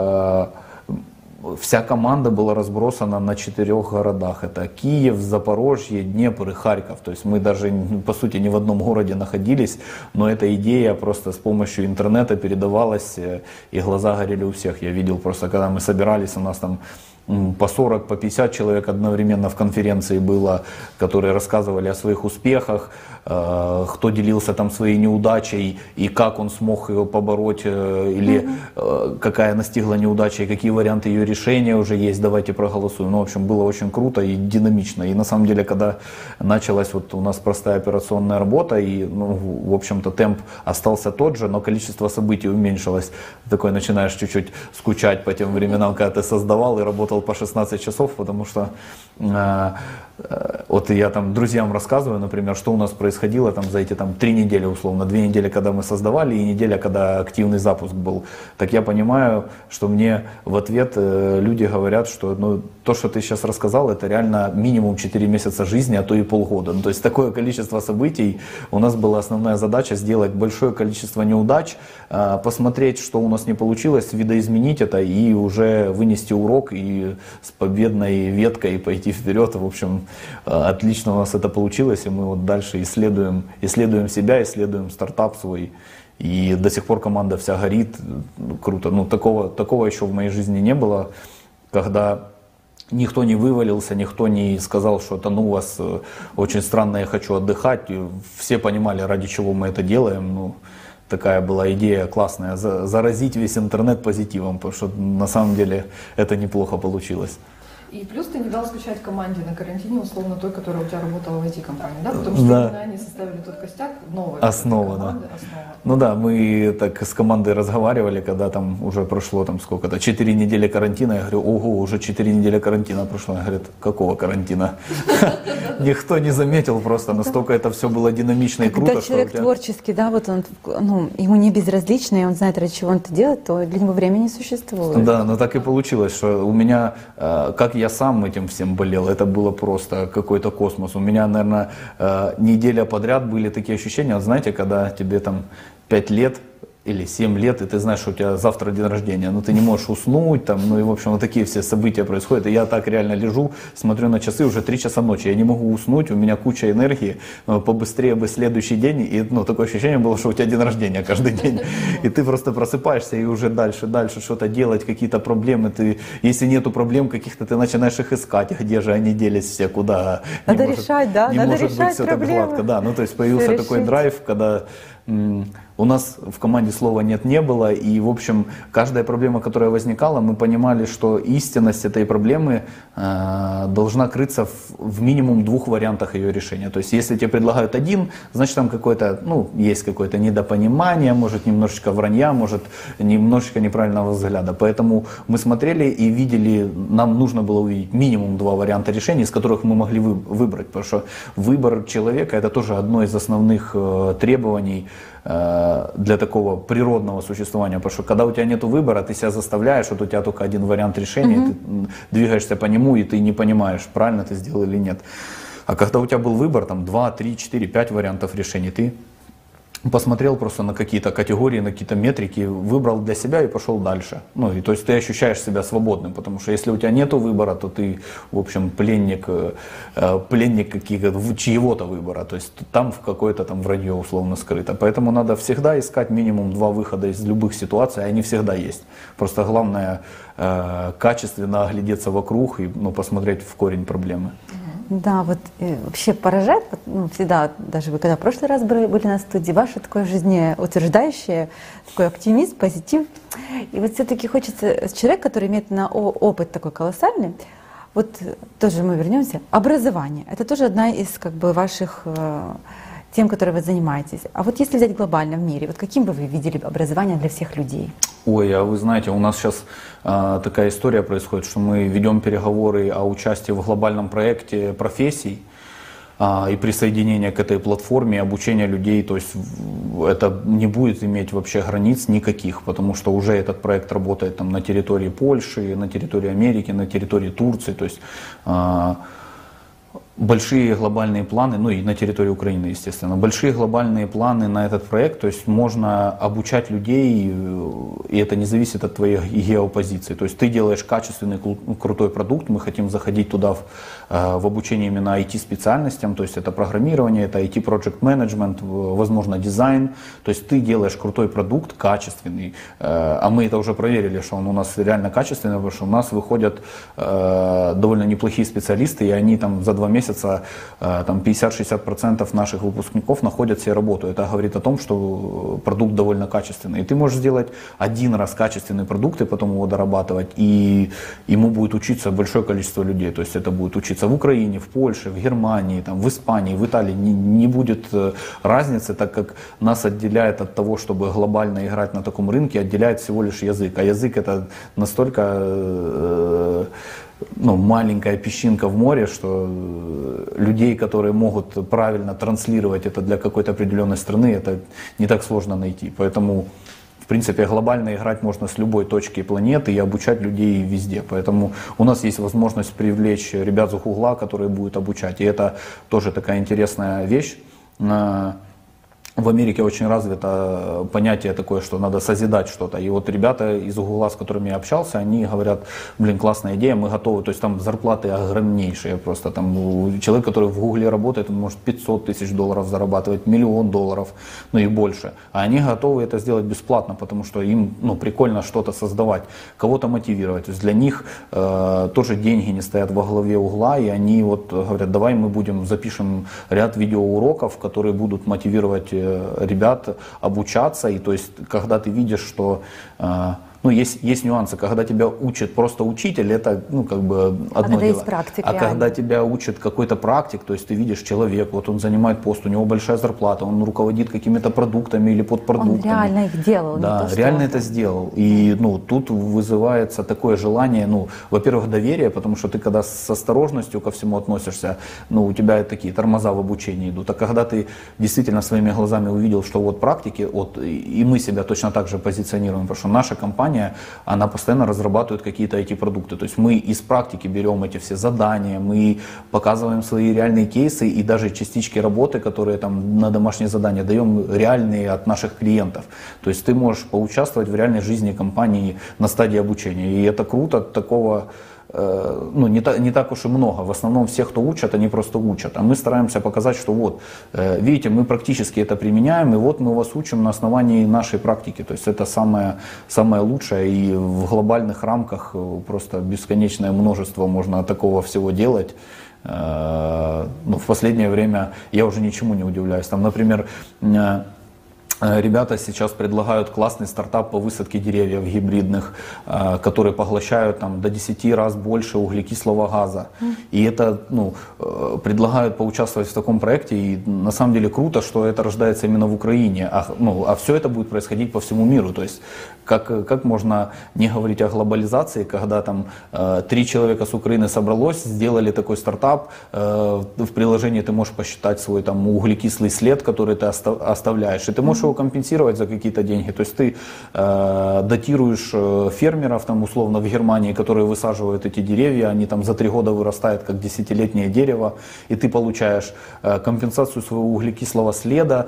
Вся команда была разбросана на четырех городах. Это Киев, Запорожье, Днепр и Харьков. То есть мы даже, по сути, не в одном городе находились, но эта идея просто с помощью интернета передавалась, и глаза горели у всех. Я видел просто, когда мы собирались, у нас там по сорок, по пятьдесят человек одновременно в конференции было, которые рассказывали о своих успехах, кто делился там своей неудачей и как он смог ее побороть, или mm-hmm. какая настигла неудача и какие варианты ее решения уже есть, давайте проголосуем. Ну, в общем, было очень круто и динамично. И на самом деле, когда началась вот у нас простая операционная работа, и, ну, в общем-то, темп остался тот же, но количество событий уменьшилось. Такой начинаешь чуть-чуть скучать по тем временам, когда ты создавал и работал по шестнадцать часов, потому что э, э, вот я там друзьям рассказываю, например, что у нас происходило там за эти там три недели условно, две недели, когда мы создавали, и неделя, когда активный запуск был. Так я понимаю, что мне в ответ э, люди говорят, что ну, то, что ты сейчас рассказал, это реально минимум четыре месяца жизни, а то и полгода. Ну, то есть такое количество событий. У нас была основная задача сделать большое количество неудач, э, посмотреть, что у нас не получилось, видоизменить это и уже вынести урок и с победной веткой пойти вперед. В общем, отлично у нас это получилось, и мы вот дальше исследуем, исследуем себя, исследуем стартап свой. И до сих пор команда вся горит. Круто. Ну, такого, такого еще в моей жизни не было, когда никто не вывалился, никто не сказал, что это ну у вас очень странно, я хочу отдыхать. И все понимали, ради чего мы это делаем. Ну, такая была идея классная, заразить весь интернет позитивом, потому что на самом деле это неплохо получилось. И плюс ты не дал скучать команде на карантине, условно той, которая у тебя работала в ай ти-компании, да? Потому что да. именно они составили тот костяк, новый. Основа, команды, да. Основа. Ну да, мы так с командой разговаривали, когда там уже прошло там сколько-то, четыре недели карантина. Я говорю, ого, уже четыре недели карантина прошло. Она говорит, какого карантина? Никто не заметил, просто настолько это все было динамично и круто. Когда человек творческий, да, вот он, ну, ему не безразлично, и он знает, ради чего он это делает, то для него времени не существует. Да, но так и получилось, что у меня, как я сам этим всем болел, это было просто какой-то космос. У меня, наверное, неделя подряд были такие ощущения, вот знаете, когда тебе там пять лет или семь лет, и ты знаешь, что у тебя завтра день рождения, но ты не можешь уснуть, там, ну и в общем вот такие все события происходят, и я так реально лежу, смотрю на часы, уже три часа ночи, я не могу уснуть, у меня куча энергии, побыстрее бы следующий день, и ну, такое ощущение было, что у тебя день рождения каждый день, и ты просто просыпаешься и уже дальше, дальше что-то делать, какие-то проблемы, ты, если нету проблем каких-то, ты начинаешь их искать, где же они делись все, куда. Надо не решать, может, да, не надо может решать быть все проблемы. так гладко, да, ну то есть появился все такой решить. драйв, когда у нас в команде слова «нет» не было, и, в общем, каждая проблема, которая возникала, мы понимали, что истинность этой проблемы э, должна крыться в, в минимум двух вариантах ее решения. То есть, если тебе предлагают один, значит, там какое-то, ну, есть какое-то недопонимание, может, немножечко вранья, может, немножечко неправильного взгляда. Поэтому мы смотрели и видели, нам нужно было увидеть минимум два варианта решений, из которых мы могли вы, выбрать, потому что выбор человека – это тоже одно из основных э, требований для такого природного существования, потому что когда у тебя нет выбора, ты себя заставляешь, вот у тебя только один вариант решения, mm-hmm. ты двигаешься по нему, и ты не понимаешь, правильно ты сделал или нет. А когда у тебя был выбор, там два, три, четыре, пять вариантов решений, ты посмотрел просто на какие-то категории, на какие-то метрики, выбрал для себя и пошел дальше. Ну, и то есть ты ощущаешь себя свободным, потому что если у тебя нет выбора, то ты, в общем, пленник, пленник каких-то, чьего-то выбора, то есть там в какое-то там вранье условно скрыто. Поэтому надо всегда искать минимум два выхода из любых ситуаций, они всегда есть. Просто главное качественно оглядеться вокруг и ну, посмотреть в корень проблемы. Да, вот э, вообще поражает, ну, всегда, даже вы когда в прошлый раз были, были на студии, ваше такое жизнеутверждающее, такой оптимизм, позитив. И вот все-таки хочется, человек, который имеет на о, опыт такой колоссальный, вот тоже мы вернемся, образование. Это тоже одна из как бы ваших э, тем, которой вы занимаетесь. А вот если взять глобально в мире, вот каким бы вы видели образование для всех людей? Ой, а вы знаете, у нас сейчас э, такая история происходит, что мы ведем переговоры о участии в глобальном проекте профессий э, и присоединения к этой платформе, обучения людей. То есть это не будет иметь вообще границ никаких, потому что уже этот проект работает там, на территории Польши, на территории Америки, на территории Турции. То есть, э, большие глобальные планы, ну и на территории Украины, естественно, большие глобальные планы на этот проект, то есть можно обучать людей, и это не зависит от твоей геопозиции. То есть ты делаешь качественный, крутой продукт, мы хотим заходить туда в, в обучение именно ай ти-специальностям, то есть это программирование, это ай ти-project management, возможно, дизайн, то есть ты делаешь крутой продукт, качественный, а мы это уже проверили, что он у нас реально качественный, потому что у нас выходят довольно неплохие специалисты, и они там за два месяца там пятьдесят-шестьдесят процентов наших выпускников находят себе работу. Это говорит о том, что продукт довольно качественный. И ты можешь сделать один раз качественный продукт и потом его дорабатывать, и ему будет учиться большое количество людей. То есть это будет учиться в Украине, в Польше, в Германии, там, в Испании, в Италии. Не, не будет разницы, так как нас отделяет от того, чтобы глобально играть на таком рынке, отделяет всего лишь язык. А язык это настолько ну, маленькая песчинка в море, что людей, которые могут правильно транслировать это для какой-то определенной страны, это не так сложно найти. Поэтому, в принципе, глобально играть можно с любой точки планеты и обучать людей везде. Поэтому у нас есть возможность привлечь ребят с Гугла, которые будут обучать. И это тоже такая интересная вещь. В Америке очень развито понятие такое, что надо созидать что-то. И вот ребята из Гугла, с которыми я общался, они говорят, блин, классная идея, мы готовы. То есть там зарплаты огромнейшие просто. Там человек, который в Гугле работает, он может пятьсот тысяч долларов зарабатывать, миллион долларов, ну и больше. А они готовы это сделать бесплатно, потому что им ну, прикольно что-то создавать, кого-то мотивировать. То есть для них э, тоже деньги не стоят во главе угла, и они вот говорят, давай мы будем, запишем ряд видеоуроков, которые будут мотивировать ребят обучаться, и то есть, когда ты видишь, что, ну, ну, есть, есть нюансы, когда тебя учит просто учитель, это, ну, как бы одно а когда дело. Есть практик, а реально. когда тебя учит какой-то практик, то есть ты видишь человек, вот он занимает пост, у него большая зарплата, он руководит какими-то продуктами или подпродуктами. Он реально их делал. Да, не то, реально что... это сделал. И, ну, тут вызывается такое желание, ну, во-первых, доверие, потому что ты когда с осторожностью ко всему относишься, ну, у тебя такие тормоза в обучении идут. А когда ты действительно своими глазами увидел, что вот практики, вот, и мы себя точно так же позиционируем, потому что наша компания, она постоянно разрабатывает какие-то ай ти-продукты. То есть мы из практики берем эти все задания, мы показываем свои реальные кейсы и даже частички работы, которые там на домашние задания даем реальные от наших клиентов. То есть ты можешь поучаствовать в реальной жизни компании на стадии обучения. И это круто, такого ну, не, та, не так уж и много. В основном все, кто учат, они просто учат. А мы стараемся показать, что вот, видите, мы практически это применяем, и вот мы вас учим на основании нашей практики. То есть это самое, самое лучшее, и в глобальных рамках просто бесконечное множество можно такого всего делать. Ну, в последнее время я уже ничему не удивляюсь. Там, например, ребята сейчас предлагают классный стартап по высадке деревьев гибридных, которые поглощают там, до десяти раз больше углекислого газа. И это, ну, предлагают поучаствовать в таком проекте. И на самом деле круто, что это рождается именно в Украине. А, ну, а все это будет происходить по всему миру. То есть как, как можно не говорить о глобализации, когда там три человека с Украины собралось, сделали такой стартап. В приложении ты можешь посчитать свой там, углекислый след, который ты оставляешь. И ты можешь его компенсировать за какие-то деньги. То есть ты э, датируешь фермеров, там, условно, в Германии, которые высаживают эти деревья, они там за три года вырастают как десятилетнее дерево, и ты получаешь э, компенсацию своего углекислого следа.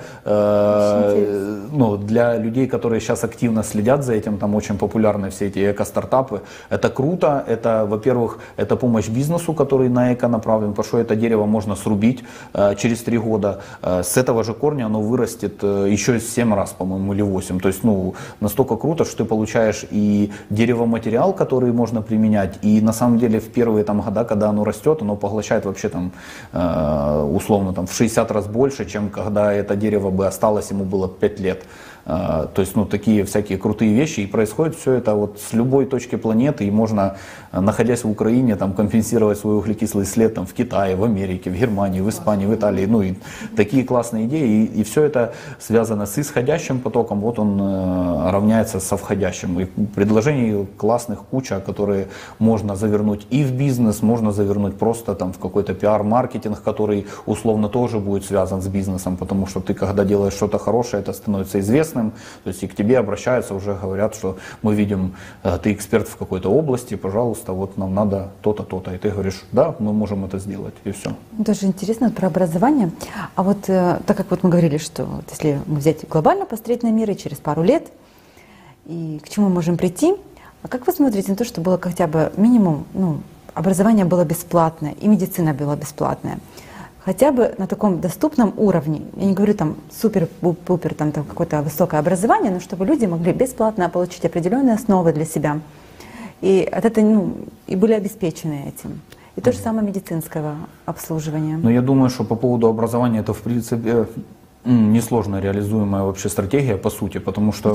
Э, ну, для людей, которые сейчас активно следят за этим, там очень популярны все эти эко-стартапы. Это круто, это, во-первых, это помощь бизнесу, который на эко направлен, потому что это дерево можно срубить э, через три года. Э, с этого же корня оно вырастет э, еще семь раз, по-моему, или восемь. То есть, ну, настолько круто, что ты получаешь и деревоматериал, который можно применять, и на самом деле в первые там года, когда оно растет, оно поглощает вообще там, э, условно, там в шестьдесят раз больше, чем когда это дерево бы осталось, ему было пять лет. Uh, то есть, ну, такие всякие крутые вещи, и происходит все это вот с любой точки планеты, и можно, находясь в Украине, там, компенсировать свой углекислый след там, в Китае, в Америке, в Германии, в Испании, в Италии, ну, и такие классные идеи, и, и все это связано с исходящим потоком, вот он э, равняется со входящим, и предложений классных куча, которые можно завернуть и в бизнес, можно завернуть просто там в какой-то пиар-маркетинг, который условно тоже будет связан с бизнесом, потому что ты, когда делаешь что-то хорошее, это становится известным. То есть и к тебе обращаются, уже говорят, что мы видим, ты эксперт в какой-то области, пожалуйста, вот нам надо то-то, то-то. И ты говоришь, да, мы можем это сделать, и все. Тоже интересно про образование. А вот так как вот мы говорили, что вот если взять глобально посмотреть на мир и через пару лет, и к чему мы можем прийти, а как вы смотрите на то, что было хотя бы минимум, ну, образование было бесплатное, и медицина была бесплатная? Хотя бы на таком доступном уровне, я не говорю там супер-пупер, там, там какое-то высокое образование, но чтобы люди могли бесплатно получить определенные основы для себя. И от этого, ну, и были обеспечены этим. И то же самое медицинского обслуживания. Но я думаю, что по поводу образования это в принципе несложно реализуемая вообще стратегия, по сути, потому что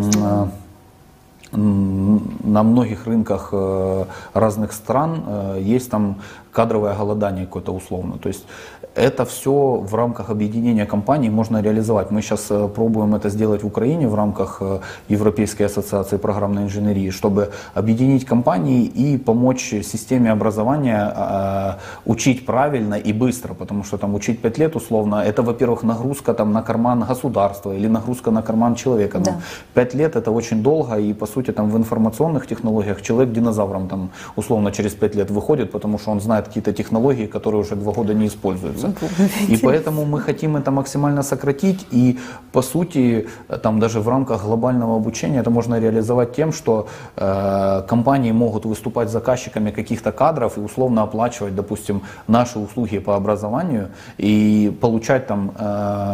на многих рынках разных стран есть там кадровое голодание какое-то условно. То есть это все в рамках объединения компаний можно реализовать. Мы сейчас пробуем это сделать в Украине в рамках Европейской ассоциации программной инженерии, чтобы объединить компании и помочь системе образования учить правильно и быстро, потому что там учить пять лет условно, это, во-первых, нагрузка там, на карман государства или нагрузка на карман человека. Да. пять лет это очень долго, и по сути там в информационных технологиях человек динозавром там условно через пять лет выходит, потому что он знает какие-то технологии, которые уже два года не используются. И поэтому мы хотим это максимально сократить, и по сути там даже в рамках глобального обучения это можно реализовать тем, что э, компании могут выступать заказчиками каких-то кадров и условно оплачивать, допустим, наши услуги по образованию и получать там э,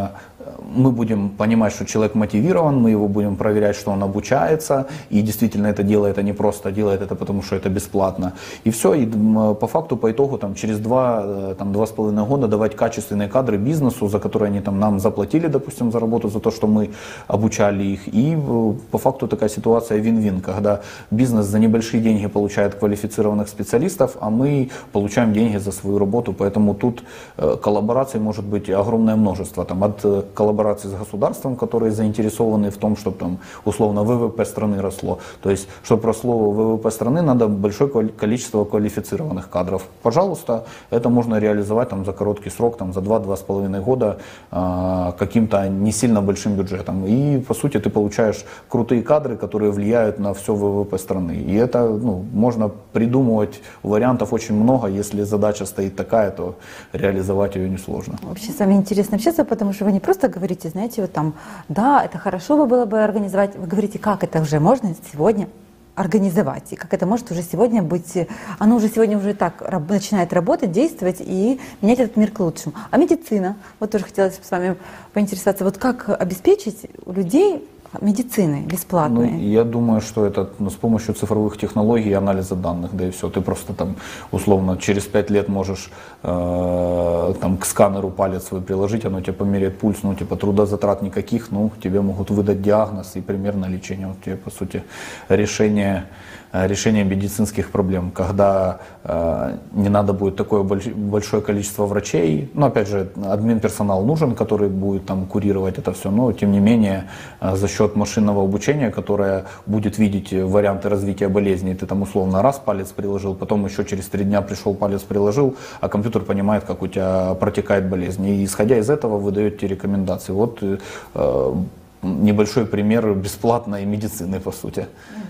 мы будем понимать, что человек мотивирован, мы его будем проверять, что он обучается, и действительно это делает, а не просто делает это потому, что это бесплатно. И все, и по факту, по итогу, там, через два, там, два с половиной года давать качественные кадры бизнесу, за которые они там, нам заплатили, допустим, за работу, за то, что мы обучали их. И по факту такая ситуация вин-вин, когда бизнес за небольшие деньги получает квалифицированных специалистов, а мы получаем деньги за свою работу. Поэтому тут коллабораций может быть огромное множество. Там, от коллаборации с государством, которые заинтересованы в том, чтобы там, условно ВВП страны росло. То есть, чтобы росло ВВП страны, надо большое количество квалифицированных кадров. Пожалуйста, это можно реализовать там, за короткий срок, там, за два-два с половиной года э, каким-то не сильно большим бюджетом. И, по сути, ты получаешь крутые кадры, которые влияют на все ВВП страны. И это ну, можно придумывать вариантов очень много. Если задача стоит такая, то реализовать ее несложно. Вообще с вами интересно общаться, потому что вы не просто говорите, знаете, вот там, да, это хорошо бы было бы организовать. Вы говорите, как это уже можно сегодня организовать, и как это может уже сегодня быть, оно уже сегодня уже так раб, начинает работать, действовать и менять этот мир к лучшему. А медицина, вот тоже хотелось с вами поинтересоваться, вот как обеспечить людей медицины бесплатные? Ну, я думаю, что это ну, с помощью цифровых технологий и анализа данных, да и все. Ты просто там условно через пять лет можешь э, там, к сканеру палец свой приложить, оно тебе померяет пульс, ну типа трудозатрат никаких, ну тебе могут выдать диагноз и примерно лечение. Вот тебе по сути решение, решение медицинских проблем, когда э, не надо будет такое больш, большое количество врачей, но опять же админперсонал нужен, который будет там курировать это все, но тем не менее э, за счет машинного обучения, которое будет видеть варианты развития болезни. Ты там условно раз палец приложил, потом еще через три дня пришел, палец приложил, а компьютер понимает, как у тебя протекает болезнь. И исходя из этого выдает тебе рекомендации. Вот э, небольшой пример бесплатной медицины, по сути.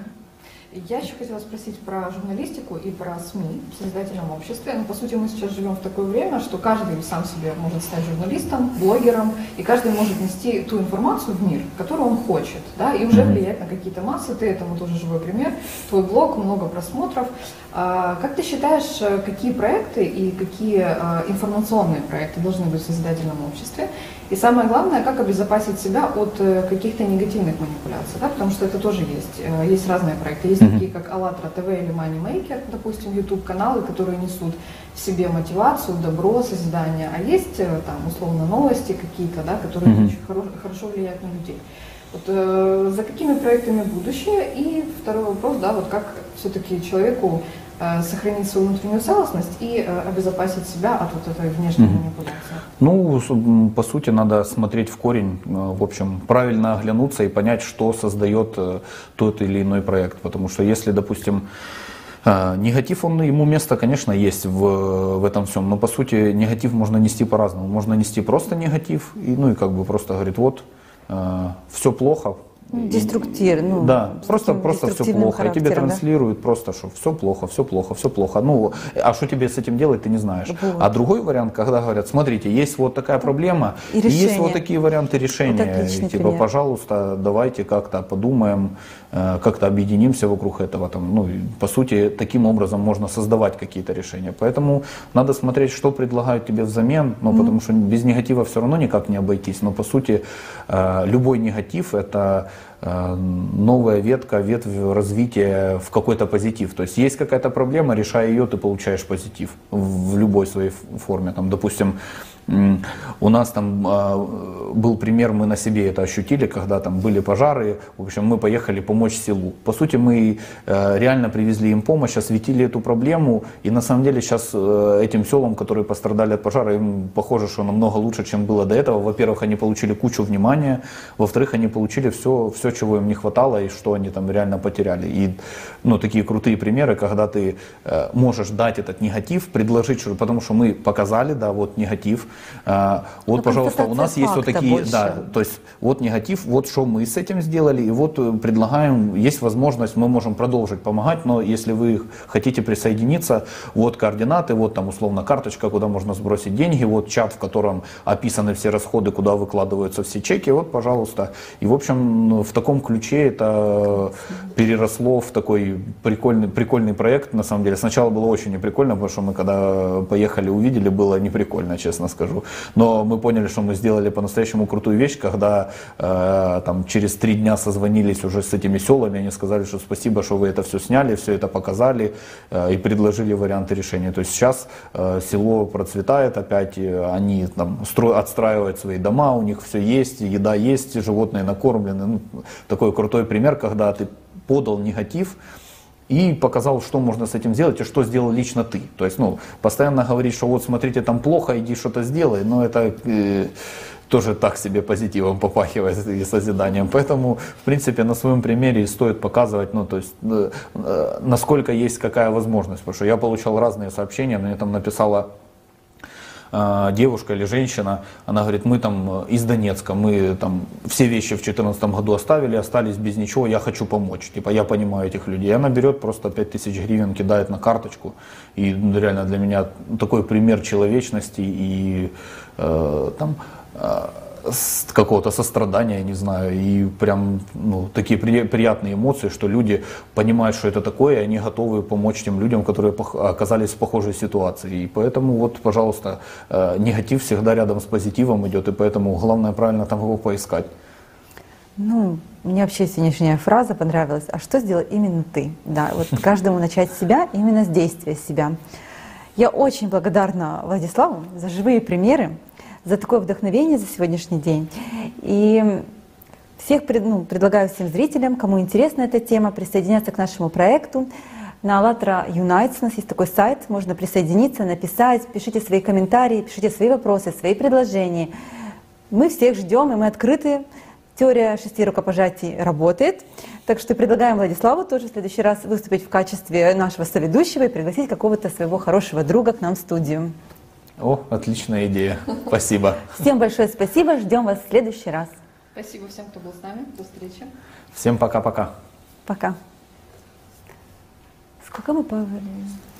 Я еще хотела спросить про журналистику и про СМИ в созидательном обществе. Ну, по сути, мы сейчас живем в такое время, что каждый сам себе может стать журналистом, блогером, и каждый может нести ту информацию в мир, которую он хочет, да, и уже влиять на какие-то массы. Ты этому тоже живой пример. Твой блог, много просмотров. А, как ты считаешь, какие проекты и какие а, информационные проекты должны быть в созидательном обществе? И самое главное, как обезопасить себя от каких-то негативных манипуляций, да, потому что это тоже есть. Есть разные проекты. Есть mm-hmm. такие, как АЛЛАТРА ТВ или Moneymaker, допустим, YouTube-каналы, которые несут в себе мотивацию, добро, созидание. А есть там условно новости какие-то, да, которые mm-hmm. очень хоро- хорошо влияют на людей. Вот, э, за какими проектами будущее? И второй вопрос, да, вот как все-таки человеку э, сохранить свою внутреннюю целостность и э, обезопасить себя от вот этой внешней mm-hmm. манипуляции? Ну, по сути, надо смотреть в корень, в общем, правильно оглянуться и понять, что создает тот или иной проект. Потому что если, допустим, негатив, он, ему место, конечно, есть в, в этом всем, но по сути негатив можно нести по-разному. Можно нести просто негатив, и, ну и как бы просто говорит, вот, все плохо. Деструктив, ну, да, просто, просто все плохо. И тебе транслируют да? просто, что все плохо, все плохо, все плохо. Ну, а что тебе с этим делать, ты не знаешь. Вот. А другой вариант, когда говорят, смотрите, есть вот такая проблема, и, и есть вот такие варианты решения. И, типа, пример. Пожалуйста, давайте как-то подумаем, как-то объединимся вокруг этого. Там, ну, по сути, таким образом можно создавать какие-то решения. Поэтому надо смотреть, что предлагают тебе взамен, ну, mm-hmm. потому что без негатива все равно никак не обойтись. Но по сути, любой негатив это новая ветка, ветвь развития в какой-то позитив. То есть есть какая-то проблема, решая ее, ты получаешь позитив в любой своей форме. Там, допустим, у нас там был пример, мы на себе это ощутили, когда там были пожары, в общем, мы поехали помочь селу. По сути, мы реально привезли им помощь, осветили эту проблему, и на самом деле сейчас этим селам, которые пострадали от пожара, им похоже, что намного лучше, чем было до этого. Во-первых, они получили кучу внимания, во-вторых, они получили все, все, чего им не хватало и что они там реально потеряли. И ну, такие крутые примеры, когда ты можешь дать этот негатив, предложить, потому что мы показали, да, вот негатив. Uh, вот, ну, пожалуйста, у нас есть вот такие, больше. Да, то есть вот негатив, вот что мы с этим сделали, и вот предлагаем, есть возможность, мы можем продолжить помогать, но если вы хотите присоединиться, вот координаты, вот там условно карточка, куда можно сбросить деньги, вот чат, в котором описаны все расходы, куда выкладываются все чеки, вот, пожалуйста. И, в общем, в таком ключе это переросло в такой прикольный, прикольный проект, на самом деле. Сначала было очень неприкольно, потому что мы когда поехали, увидели, было неприкольно, честно скажу. Но мы поняли, что мы сделали по-настоящему крутую вещь, когда э, там, через три дня созвонились уже с этими селами, они сказали, что спасибо, что вы это все сняли, все это показали э, и предложили варианты решения. То есть сейчас э, село процветает опять, они там стро... отстраивают свои дома, у них все есть, еда есть, животные накормлены. Ну, такой крутой пример, когда ты подал негатив и показал, что можно с этим сделать и что сделал лично ты. То есть, ну, постоянно говорить, что вот смотрите, там плохо, иди что-то сделай, но это э, тоже так себе позитивом попахивает и созиданием. Поэтому, в принципе, на своем примере стоит показывать, ну, то есть, э, э, насколько есть какая возможность. Потому что я получал разные сообщения, мне там написала девушка или женщина, она говорит, мы там из Донецка, мы там все вещи в две тысячи четырнадцатом году оставили, остались без ничего, я хочу помочь, типа я понимаю этих людей. И она берет просто пять тысяч гривен, кидает на карточку, и ну, реально для меня такой пример человечности и э, там э, какого-то сострадания, не знаю, и прям ну, такие при, приятные эмоции, что люди понимают, что это такое, и они готовы помочь тем людям, которые оказались в похожей ситуации. И поэтому вот, пожалуйста, негатив всегда рядом с позитивом идет, и поэтому главное правильно там его поискать. Ну, мне вообще сегодняшняя фраза понравилась. А что сделал именно ты? Да, вот каждому начать с себя, именно с действия себя. Я очень благодарна Владиславу за живые примеры, за такое вдохновение за сегодняшний день. И всех ну, предлагаю всем зрителям, кому интересна эта тема, присоединяться к нашему проекту. На АЛЛАТРА Unites у нас есть такой сайт, можно присоединиться, написать, пишите свои комментарии, пишите свои вопросы, свои предложения. Мы всех ждем, и мы открыты. Теория шести рукопожатий работает. Так что предлагаем Владиславу тоже в следующий раз выступить в качестве нашего соведущего и пригласить какого-то своего хорошего друга к нам в студию. О, отличная идея. Спасибо. Всем большое спасибо. Ждем вас в следующий раз. Спасибо всем, кто был с нами. До встречи. Всем пока-пока. Пока. Сколько мы поговорили?